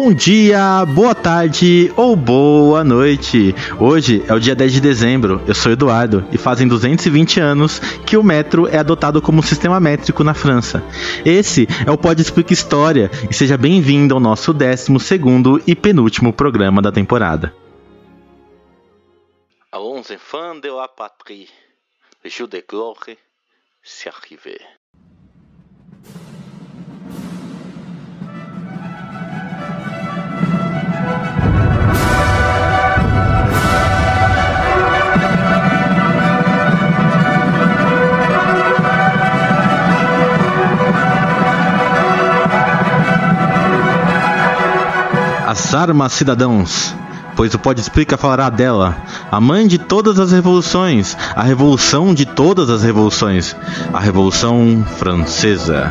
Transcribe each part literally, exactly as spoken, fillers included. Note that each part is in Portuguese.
Bom dia, boa tarde ou boa noite. Hoje é o dia dez de dezembro, eu sou Eduardo e fazem duzentos e vinte anos que o metro é adotado como sistema métrico na França. Esse é o Pode Explica História e seja bem-vindo ao nosso décimo segundo e penúltimo programa da temporada. Allons enfants de la patrie, le jour de gloire, c'est arrivé. As armas, cidadãos, pois o Pode Explica falará dela, a mãe de todas as revoluções, a revolução de todas as revoluções, a Revolução Francesa.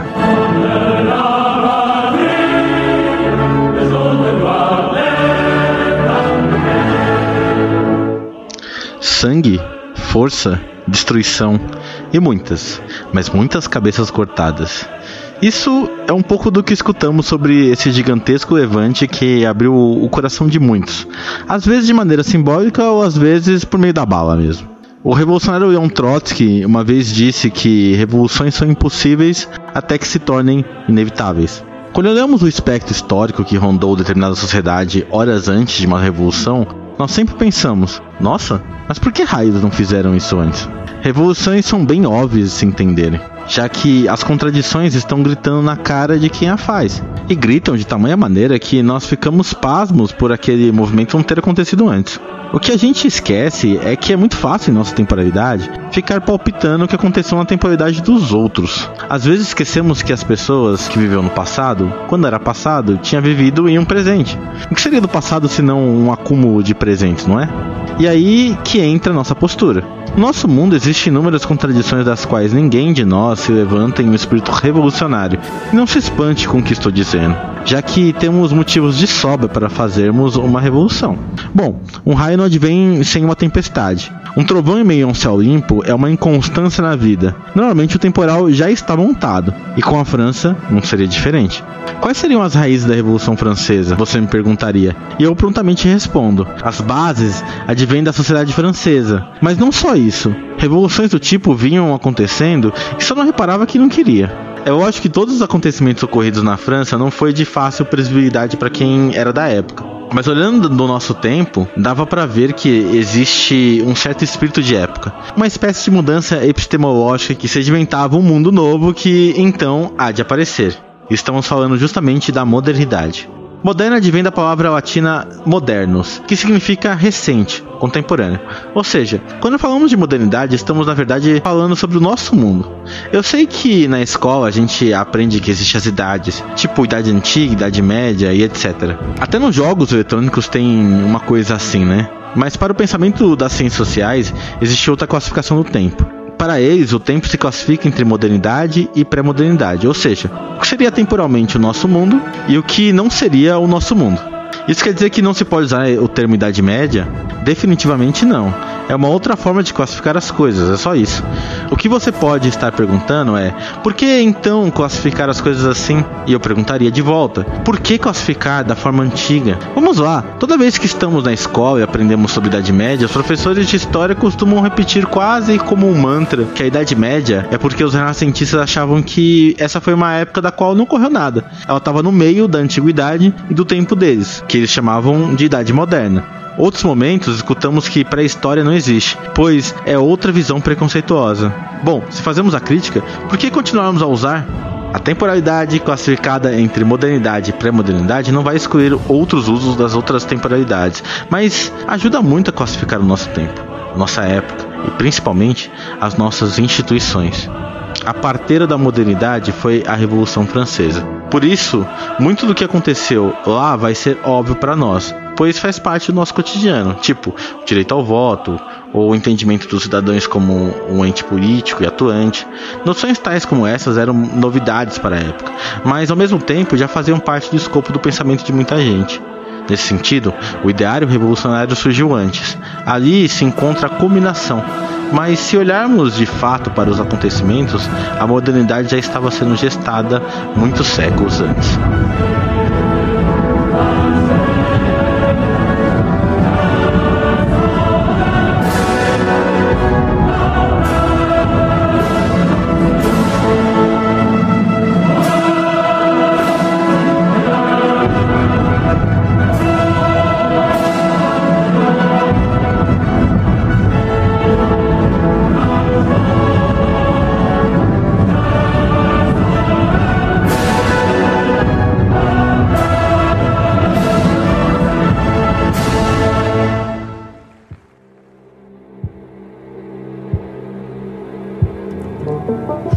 Sangue, força, destruição e muitas, mas muitas cabeças cortadas. Isso é um pouco do que escutamos sobre esse gigantesco levante que abriu o coração de muitos, às vezes de maneira simbólica ou às vezes por meio da bala mesmo. O revolucionário Leon Trotsky uma vez disse que revoluções são impossíveis até que se tornem inevitáveis. Quando olhamos o espectro histórico que rondou determinada sociedade horas antes de uma revolução, nós sempre pensamos, nossa, mas por que raios não fizeram isso antes? Revoluções são bem óbvias de se entenderem, já que as contradições estão gritando na cara de quem a faz. E gritam de tamanha maneira que nós ficamos pasmos por aquele movimento não ter acontecido antes. O que a gente esquece é que é muito fácil em nossa temporalidade ficar palpitando o que aconteceu na temporalidade dos outros. Às vezes esquecemos que as pessoas que viveram no passado, quando era passado, tinham vivido em um presente. O que seria do passado se não um acúmulo de presentes, não é? E aí que entra a nossa postura. No nosso mundo existem inúmeras contradições das quais ninguém de nós se levanta em um espírito revolucionário. E não se espante com o que estou dizendo, já que temos motivos de sobra para fazermos uma revolução. Bom, um raio não advém sem uma tempestade. Um trovão em meio a um céu limpo é uma inconstância na vida. Normalmente o temporal já está montado, e com a França não seria diferente. Quais seriam as raízes da Revolução Francesa? Você me perguntaria. E eu prontamente respondo. As bases advêm da sociedade francesa. Mas não só isso. Revoluções do tipo vinham acontecendo e só não reparava que não queria. É lógico que todos os acontecimentos ocorridos na França não foi de fácil previsibilidade para quem era da época. Mas olhando do nosso tempo, dava para ver que existe um certo espírito de época. Uma espécie de mudança epistemológica que sedimentava um mundo novo que então há de aparecer. Estamos falando justamente da modernidade. Moderna advém da palavra latina modernos, que significa recente, contemporâneo. Ou seja, quando falamos de modernidade, estamos na verdade falando sobre o nosso mundo. Eu sei que na escola a gente aprende que existem as idades, tipo idade antiga, idade média e etcétera. Até nos jogos eletrônicos tem uma coisa assim, né? Mas para o pensamento das ciências sociais, existe outra classificação do tempo. Para eles, o tempo se classifica entre modernidade e pré-modernidade, ou seja, o que seria temporalmente o nosso mundo e o que não seria o nosso mundo. Isso quer dizer que não se pode usar o termo Idade Média? Definitivamente não. É uma outra forma de classificar as coisas, é só isso. O que você pode estar perguntando é, por que então classificar as coisas assim? E eu perguntaria de volta, por que classificar da forma antiga? Vamos lá, toda vez que estamos na escola e aprendemos sobre Idade Média, os professores de história costumam repetir quase como um mantra que a Idade Média é porque os renascentistas achavam que essa foi uma época da qual não ocorreu nada. Ela estava no meio da antiguidade e do tempo deles, que eles chamavam de Idade Moderna. Outros momentos escutamos que pré-história não existe, pois é outra visão preconceituosa. Bom, se fazemos a crítica, por que continuarmos a usar? A temporalidade classificada entre modernidade e pré-modernidade não vai excluir outros usos das outras temporalidades, mas ajuda muito a classificar o nosso tempo, nossa época e principalmente as nossas instituições. A parteira da modernidade foi a Revolução Francesa. Por isso, muito do que aconteceu lá vai ser óbvio para nós, pois faz parte do nosso cotidiano, tipo o direito ao voto, ou o entendimento dos cidadãos como um ente político e atuante. Noções tais como essas eram novidades para a época, mas ao mesmo tempo já faziam parte do escopo do pensamento de muita gente. Nesse sentido, o ideário revolucionário surgiu antes. Ali se encontra a culminação. Mas se olharmos de fato para os acontecimentos, a modernidade já estava sendo gestada muitos séculos antes.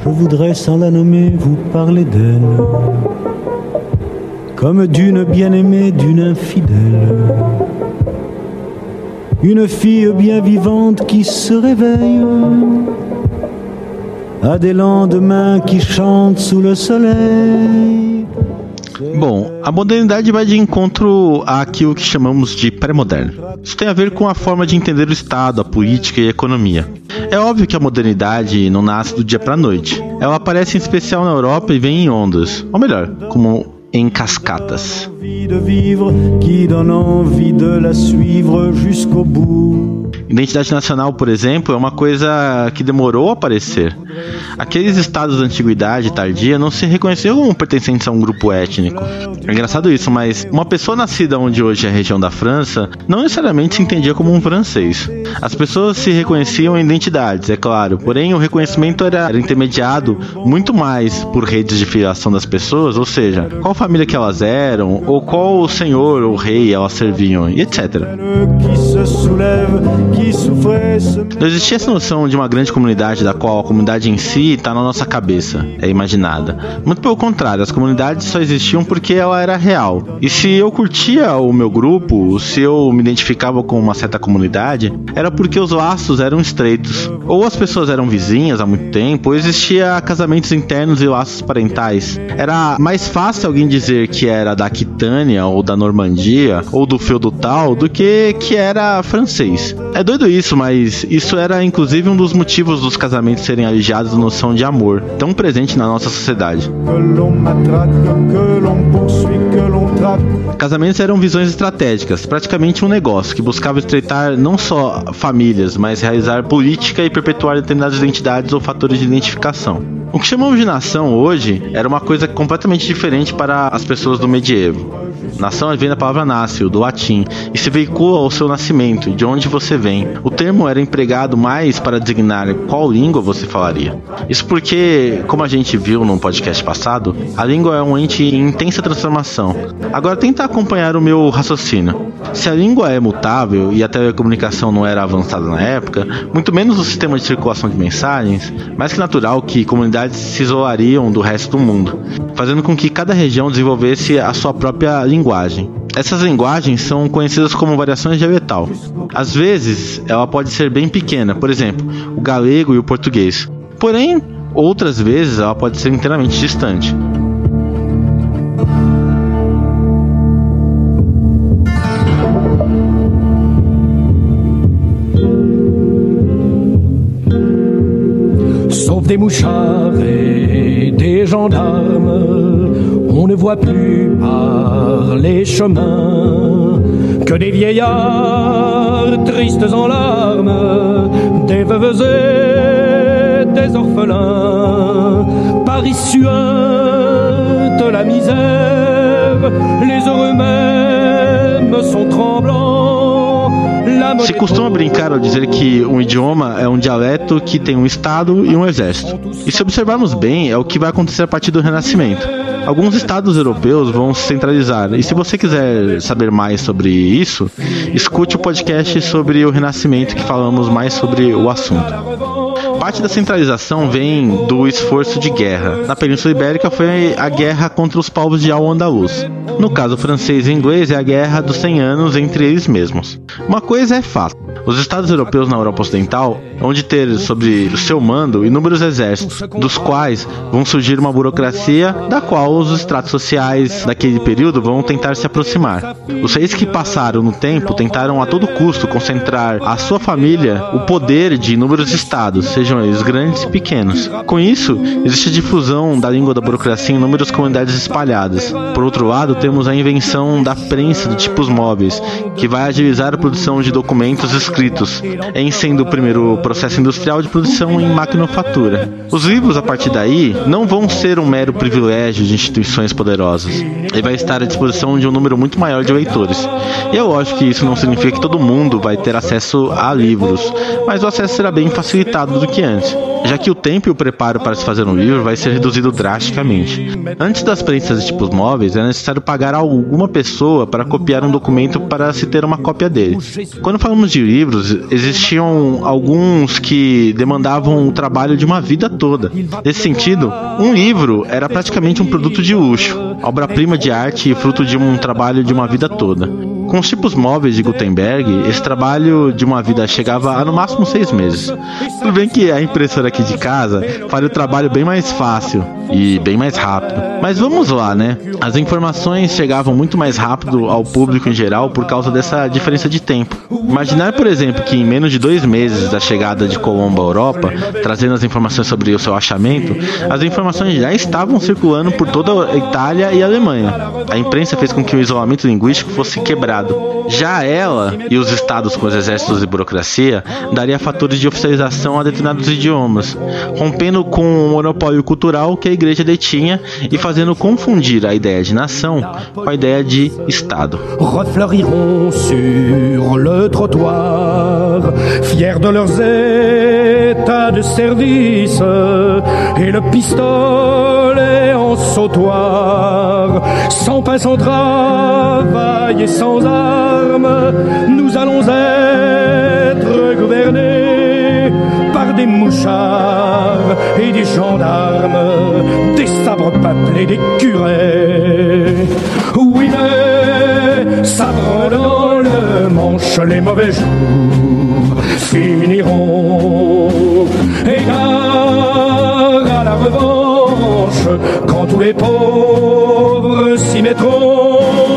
Je voudrais sans la nommer vous parler d'elle, comme d'une bien-aimée, d'une infidèle, une fille bien vivante qui se réveille a des lendemains qui chantent sous le soleil. Bom, a modernidade vai de encontro àquilo que chamamos de pré-moderno. Isso tem a ver com a forma de entender o Estado, a política e a economia. É óbvio que a modernidade não nasce do dia para a noite. Ela aparece em especial na Europa e vem em ondas, ou melhor, como em cascatas. Identidade nacional, por exemplo, é uma coisa que demorou a aparecer. Aqueles estados da antiguidade tardia não se reconheceram como pertencentes a um grupo étnico. É engraçado isso, mas uma pessoa nascida onde hoje é a região da França não necessariamente se entendia como um francês. As pessoas se reconheciam em identidades, é claro, porém o reconhecimento era, era intermediado muito mais por redes de filiação das pessoas, ou seja, qual família que elas eram, ou qual senhor ou rei elas serviam, e etcétera. Não existia essa noção de uma grande comunidade da qual a comunidade em si está na nossa cabeça, é imaginada. Muito pelo contrário, as comunidades só existiam porque ela era real. E se eu curtia o meu grupo, se eu me identificava com uma certa comunidade, era porque os laços eram estreitos. Ou as pessoas eram vizinhas há muito tempo, ou existia casamentos internos e laços parentais. Era mais fácil alguém dizer que era da Aquitânia, ou da Normandia, ou do feudo tal, do que que era francês. É doido isso, mas isso era inclusive um dos motivos dos casamentos serem alijados da noção de amor, tão presente na nossa sociedade. Casamentos eram visões estratégicas, praticamente um negócio que buscava estreitar não só famílias, mas realizar política e perpetuar determinadas identidades ou fatores de identificação. O que chamamos de nação hoje era uma coisa completamente diferente para as pessoas do medievo. Nação vem da palavra nasceo, do latim, e se veicula ao seu nascimento, de onde você vem. O termo era empregado mais para designar qual língua você falaria. Isso porque, como a gente viu no podcast passado, a língua é um ente em intensa transformação. Agora tenta acompanhar o meu raciocínio. Se a língua é mutável e a telecomunicação não era avançada na época, muito menos o sistema de circulação de mensagens, mais que natural que comunidades se isolariam do resto do mundo, fazendo com que cada região desenvolvesse a sua própria linguagem. Essas linguagens são conhecidas como variações dialetal. Às vezes, ela pode ser bem pequena, por exemplo, o galego e o português. Porém, outras vezes, ela pode ser inteiramente distante. Sauf des mouchards et des gendarmes, on ne voit plus par les chemins que des vieillards tristes en larmes, des veuves et des orphelins. Paris suinte la misère, les heureux mêmes sont tremblants. Se costuma brincar ao dizer que um idioma é um dialeto que tem um estado e um exército. E se observarmos bem, é o que vai acontecer a partir do Renascimento. Alguns estados europeus vão se centralizar, e se você quiser saber mais sobre isso, escute o podcast sobre o Renascimento que falamos mais sobre o assunto. Parte da centralização vem do esforço de guerra. Na Península Ibérica foi a guerra contra os povos de Al-Andalus. No caso francês e inglês é a guerra dos cem anos entre eles mesmos. Uma coisa é fato: os estados europeus na Europa Ocidental vão de ter sobre o seu mando inúmeros exércitos, dos quais vão surgir uma burocracia da qual os estratos sociais daquele período vão tentar se aproximar. Os reis que passaram no tempo tentaram a todo custo concentrar à sua família o poder de inúmeros estados, sejam eles grandes e pequenos. Com isso, existe a difusão da língua da burocracia em inúmeras comunidades espalhadas. Por outro lado, temos a invenção da prensa de tipos móveis, que vai agilizar a produção de documentos escritos, em sendo o primeiro processo industrial de produção em maquinofatura. Os livros, a partir daí, não vão ser um mero privilégio de instituições poderosas. Ele vai estar à disposição de um número muito maior de leitores. E é lógico que isso não significa que todo mundo vai ter acesso a livros, mas o acesso será bem facilitado do que antes, já que o tempo e o preparo para se fazer um livro vai ser reduzido drasticamente. Antes das prensas de tipos móveis, é necessário pagar a alguma pessoa para copiar um documento para se ter uma cópia dele. Quando falamos de livros, existiam alguns que demandavam o trabalho de uma vida toda. Nesse sentido, um livro era praticamente um produto de luxo, obra-prima de arte e fruto de um trabalho de uma vida toda. Com os tipos móveis de Gutenberg, esse trabalho de uma vida chegava a no máximo seis meses. Tudo bem que a impressora aqui de casa faria o trabalho bem mais fácil e bem mais rápido. Mas vamos lá, né? As informações chegavam muito mais rápido ao público em geral por causa dessa diferença de tempo. Imaginar, por exemplo, que em menos de dois meses da chegada de Colombo à Europa, trazendo as informações sobre o seu achamento, as informações já estavam circulando por toda a Itália e a Alemanha. A imprensa fez com que o isolamento linguístico fosse quebrado. Já ela e os estados com os exércitos e burocracia daria fatores de oficialização a determinados idiomas, rompendo com o monopólio cultural que a igreja detinha e fazendo confundir a ideia de nação com a ideia de Estado. Refleuriront sur le trottoir, fiers de leurs états de service, et le pistolet en sautoir, sans pain, sans travail et sans armes, nous allons être gouvernés par des mouchards et des gendarmes, des sabres peuplés, des curés. Oui, mais sabres dans le manche, les mauvais jours finiront. Et gare à la revanche quand tous les pauvres s'y mettront.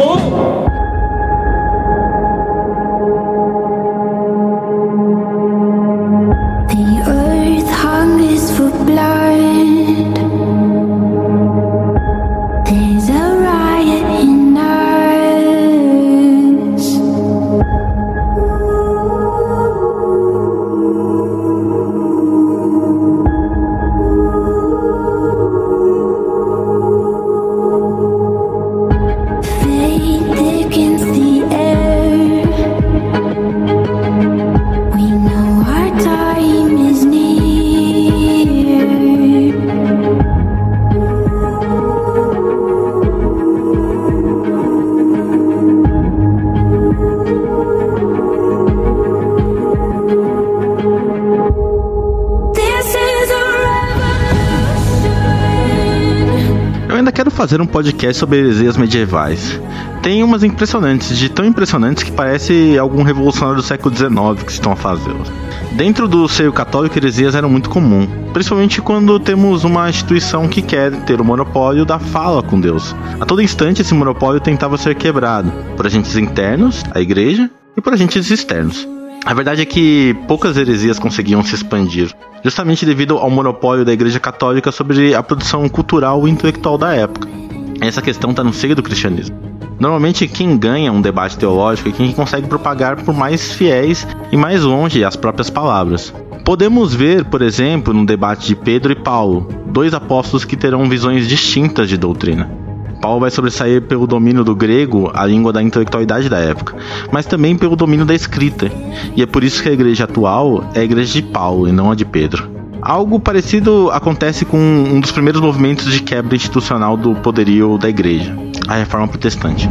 Fazer um podcast sobre heresias medievais. Tem umas impressionantes, de tão impressionantes que parece algum revolucionário do século dezenove que estão a fazê-las. Dentro do seio católico, heresias eram muito comum, principalmente quando temos uma instituição que quer ter o monopólio da fala com Deus. A todo instante esse monopólio tentava ser quebrado, por agentes internos, a igreja, e por agentes externos. A verdade é que poucas heresias conseguiam se expandir, justamente devido ao monopólio da Igreja Católica sobre a produção cultural e intelectual da época. Essa questão está no seio do cristianismo. Normalmente quem ganha um debate teológico é quem consegue propagar por mais fiéis e mais longe as próprias palavras. Podemos ver, por exemplo, no debate de Pedro e Paulo, dois apóstolos que terão visões distintas de doutrina. Paulo vai sobressair pelo domínio do grego, a língua da intelectualidade da época, mas também pelo domínio da escrita, e é por isso que a igreja atual é a igreja de Paulo e não a de Pedro. Algo parecido acontece com um dos primeiros movimentos de quebra institucional do poderio da igreja, a Reforma Protestante.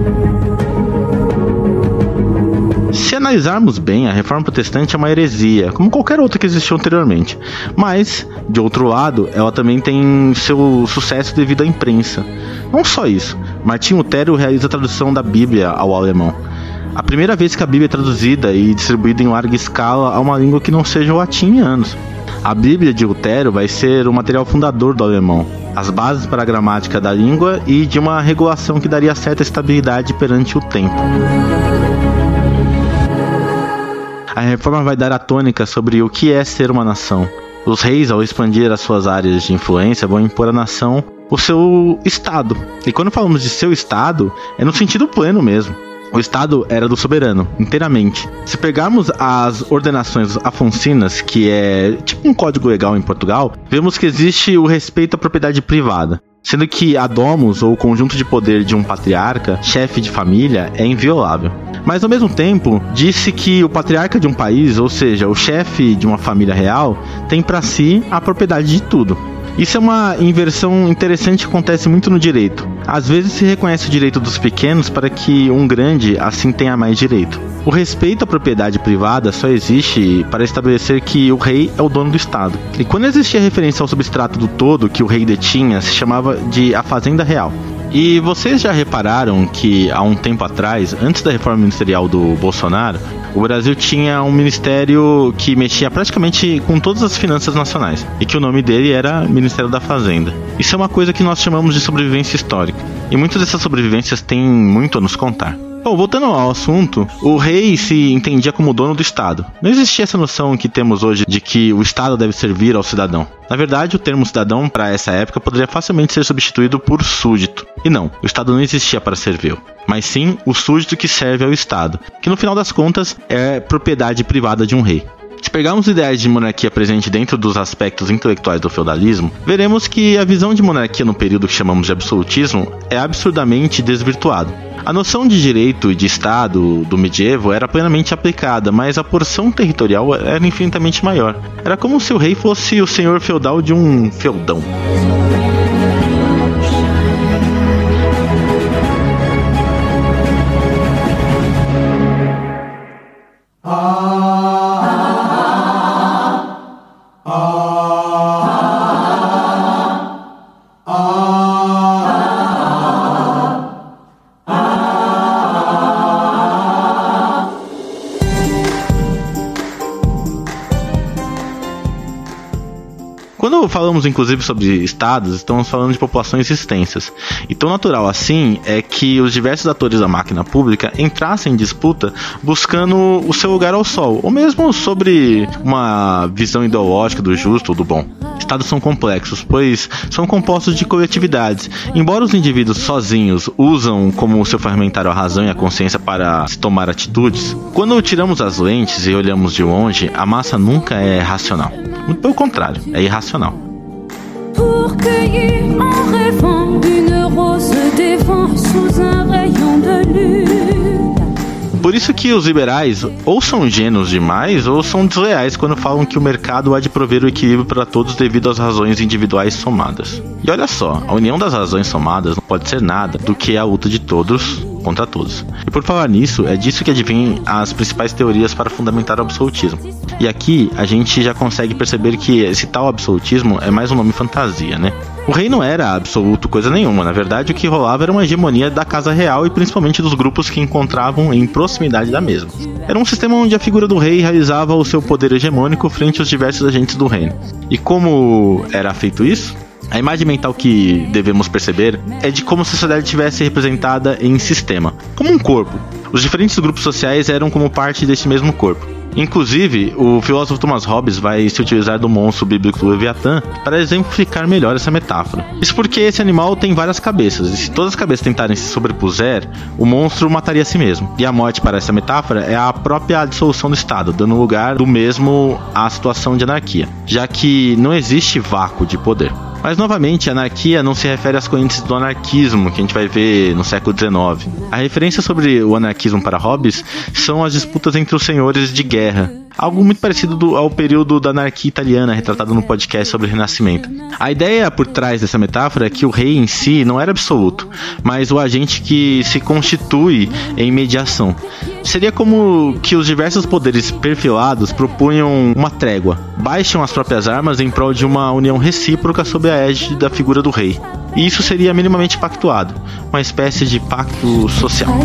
Se analisarmos bem, a Reforma Protestante é uma heresia, como qualquer outra que existiu anteriormente. Mas, de outro lado, ela também tem seu sucesso devido à imprensa. Não só isso, Martinho Lutero realiza a tradução da Bíblia ao alemão. A primeira vez que a Bíblia é traduzida e distribuída em larga escala a uma língua que não seja o latim em anos. A Bíblia de Lutero vai ser o material fundador do alemão, as bases para a gramática da língua e de uma regulação que daria certa estabilidade perante o tempo. A reforma vai dar a tônica sobre o que é ser uma nação. Os reis, ao expandir as suas áreas de influência, vão impor à nação o seu Estado. E quando falamos de seu Estado, é no sentido pleno mesmo. O Estado era do soberano, inteiramente. Se pegarmos as ordenações afoncinas, que é tipo um código legal em Portugal, vemos que existe o respeito à propriedade privada, sendo que a domus, ou o conjunto de poder de um patriarca, chefe de família, é inviolável. mas ao mesmo tempo disse que o patriarca de um país, ou seja, o chefe de uma família real, tem para si a propriedade de tudo. Isso é uma inversão interessante que acontece muito no direito. Às vezes se reconhece o direito dos pequenos para que um grande assim tenha mais direito. O respeito à propriedade privada só existe para estabelecer que o rei é o dono do Estado. E quando existia referência ao substrato do todo que o rei detinha, se chamava de a Fazenda Real. E vocês já repararam que há um tempo atrás, antes da reforma ministerial do Bolsonaro, o Brasil tinha um ministério que mexia praticamente com todas as finanças nacionais e que o nome dele era Ministério da Fazenda. Isso é uma coisa que nós chamamos de sobrevivência histórica e muitas dessas sobrevivências têm muito a nos contar. Bom, voltando ao assunto, o rei se entendia como dono do Estado. Não existia essa noção que temos hoje de que o Estado deve servir ao cidadão. Na verdade, o termo cidadão para essa época poderia facilmente ser substituído por súdito. E não, o Estado não existia para servi-lo, mas sim o súdito que serve ao Estado, que no final das contas é propriedade privada de um rei. Se pegarmos ideais de monarquia presente dentro dos aspectos intelectuais do feudalismo, veremos que a visão de monarquia no período que chamamos de absolutismo é absurdamente desvirtuada. A noção de direito e de Estado do medievo era plenamente aplicada, mas a porção territorial era infinitamente maior. Era como se o rei fosse o senhor feudal de um feudão. Quando falamos inclusive sobre estados, estamos falando de populações extensas. E tão natural assim é que os diversos atores da máquina pública entrassem em disputa buscando o seu lugar ao sol, ou mesmo sobre uma visão ideológica do justo ou do bom. Estados são complexos, pois são compostos de coletividades. Embora os indivíduos sozinhos usam como seu ferramentário a razão e a consciência para se tomar atitudes, quando tiramos as lentes e olhamos de longe, a massa nunca é racional. Muito pelo contrário, é irracional. Pour cueillir en rêvant une rose des vents sous un rayon de lune. Por isso que os liberais ou são ingênuos demais ou são desleais quando falam que o mercado há de prover o equilíbrio para todos devido às razões individuais somadas. E olha só, a união das razões somadas não pode ser nada do que a luta de todos contra todos. E por falar nisso, é disso que advêm as principais teorias para fundamentar o absolutismo. E aqui a gente já consegue perceber que esse tal absolutismo é mais um nome fantasia, né? O rei não era absoluto coisa nenhuma, na verdade o que rolava era uma hegemonia da casa real e principalmente dos grupos que encontravam em proximidade da mesma. Era um sistema onde a figura do rei realizava o seu poder hegemônico frente aos diversos agentes do reino. E como era feito isso? A imagem mental que devemos perceber é de como a sociedade estivesse representada em sistema, como um corpo. Os diferentes grupos sociais eram como parte deste mesmo corpo. Inclusive, o filósofo Thomas Hobbes vai se utilizar do monstro bíblico Leviatã para exemplificar melhor essa metáfora. Isso porque esse animal tem várias cabeças, e se todas as cabeças tentarem se sobrepuser, o monstro mataria a si mesmo. E a morte para essa metáfora é a própria dissolução do Estado, dando lugar do mesmo à situação de anarquia, já que não existe vácuo de poder. Mas, novamente, a anarquia não se refere às correntes do anarquismo que a gente vai ver no século dezenove. A referência sobre o anarquismo para Hobbes são as disputas entre os senhores de guerra, algo muito parecido do, ao período da anarquia italiana, retratado no podcast sobre o Renascimento. A ideia por trás dessa metáfora é que o rei em si não era absoluto, mas o agente que se constitui em mediação. Seria como que os diversos poderes perfilados propunham uma trégua, baixam as próprias armas em prol de uma união recíproca sob a égide da figura do rei. E isso seria minimamente pactuado, uma espécie de pacto social.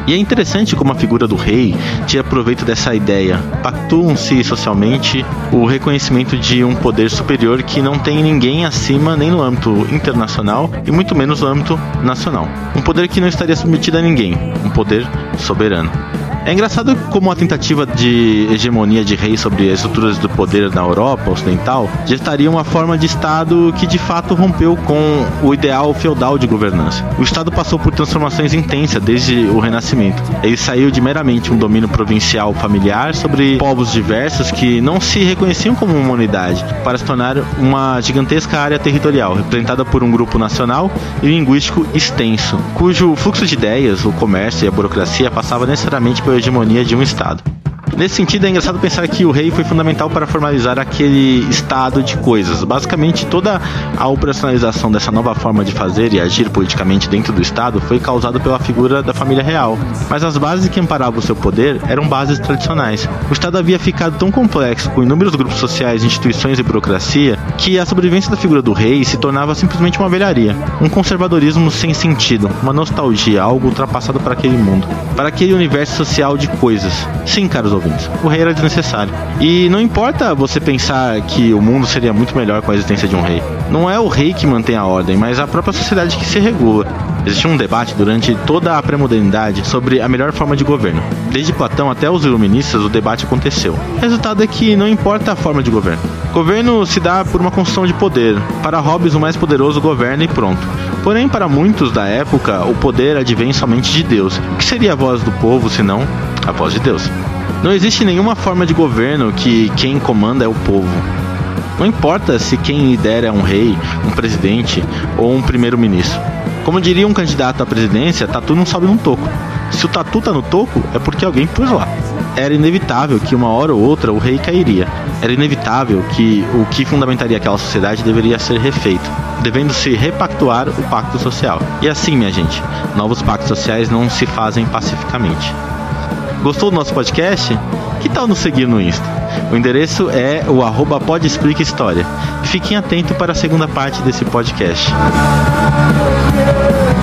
E é interessante como a figura do rei tira proveito dessa ideia. Pactuam-se socialmente o reconhecimento de um poder superior que não tem ninguém acima nem no âmbito internacional e muito menos no âmbito nacional. Um poder que não estaria submetido a ninguém, um poder soberano. É engraçado como a tentativa de hegemonia de rei sobre as estruturas do poder na Europa ocidental gestaria uma forma de Estado que de fato rompeu com o ideal feudal de governança. O Estado passou por transformações intensas desde o Renascimento. Ele saiu de meramente um domínio provincial familiar sobre povos diversos que não se reconheciam como uma unidade, para se tornar uma gigantesca área territorial, representada por um grupo nacional e linguístico extenso, cujo fluxo de ideias, o comércio e a burocracia passava necessariamente pela hegemonia de um Estado. Nesse sentido, é engraçado pensar que o rei foi fundamental para formalizar aquele estado de coisas. Basicamente, toda a operacionalização dessa nova forma de fazer e agir politicamente dentro do Estado foi causada pela figura da família real. Mas as bases que amparavam o seu poder eram bases tradicionais. O Estado havia ficado tão complexo, com inúmeros grupos sociais, instituições e burocracia, que a sobrevivência da figura do rei se tornava simplesmente uma velharia. Um conservadorismo sem sentido, uma nostalgia, algo ultrapassado para aquele mundo, para aquele universo social de coisas. Sim, caros ouvintes, o rei era desnecessário. E não importa você pensar que o mundo seria muito melhor com a existência de um rei. Não é o rei que mantém a ordem, mas a própria sociedade que se regula. Existiu um debate durante toda a pré-modernidade sobre a melhor forma de governo. Desde Platão até os iluministas, o debate aconteceu. O resultado é que não importa a forma de governo. Governo se dá por uma construção de poder. Para Hobbes, o mais poderoso governa e pronto. Porém, para muitos da época, o poder advém somente de Deus. O que seria a voz do povo, senão a voz de Deus? Não existe nenhuma forma de governo que quem comanda é o povo. Não importa se quem lidera é um rei, um presidente ou um primeiro-ministro. Como diria um candidato à presidência, tatu não sobe num toco. Se o tatu tá no toco, é porque alguém pôs lá. Era inevitável que uma hora ou outra o rei cairia. Era inevitável que o que fundamentaria aquela sociedade deveria ser refeito, devendo-se repactuar o pacto social. E assim, minha gente, novos pactos sociais não se fazem pacificamente. Gostou do nosso podcast? Que tal nos seguir no Insta? O endereço é o arroba podexplicahistoria. Fiquem atentos para a segunda parte desse podcast.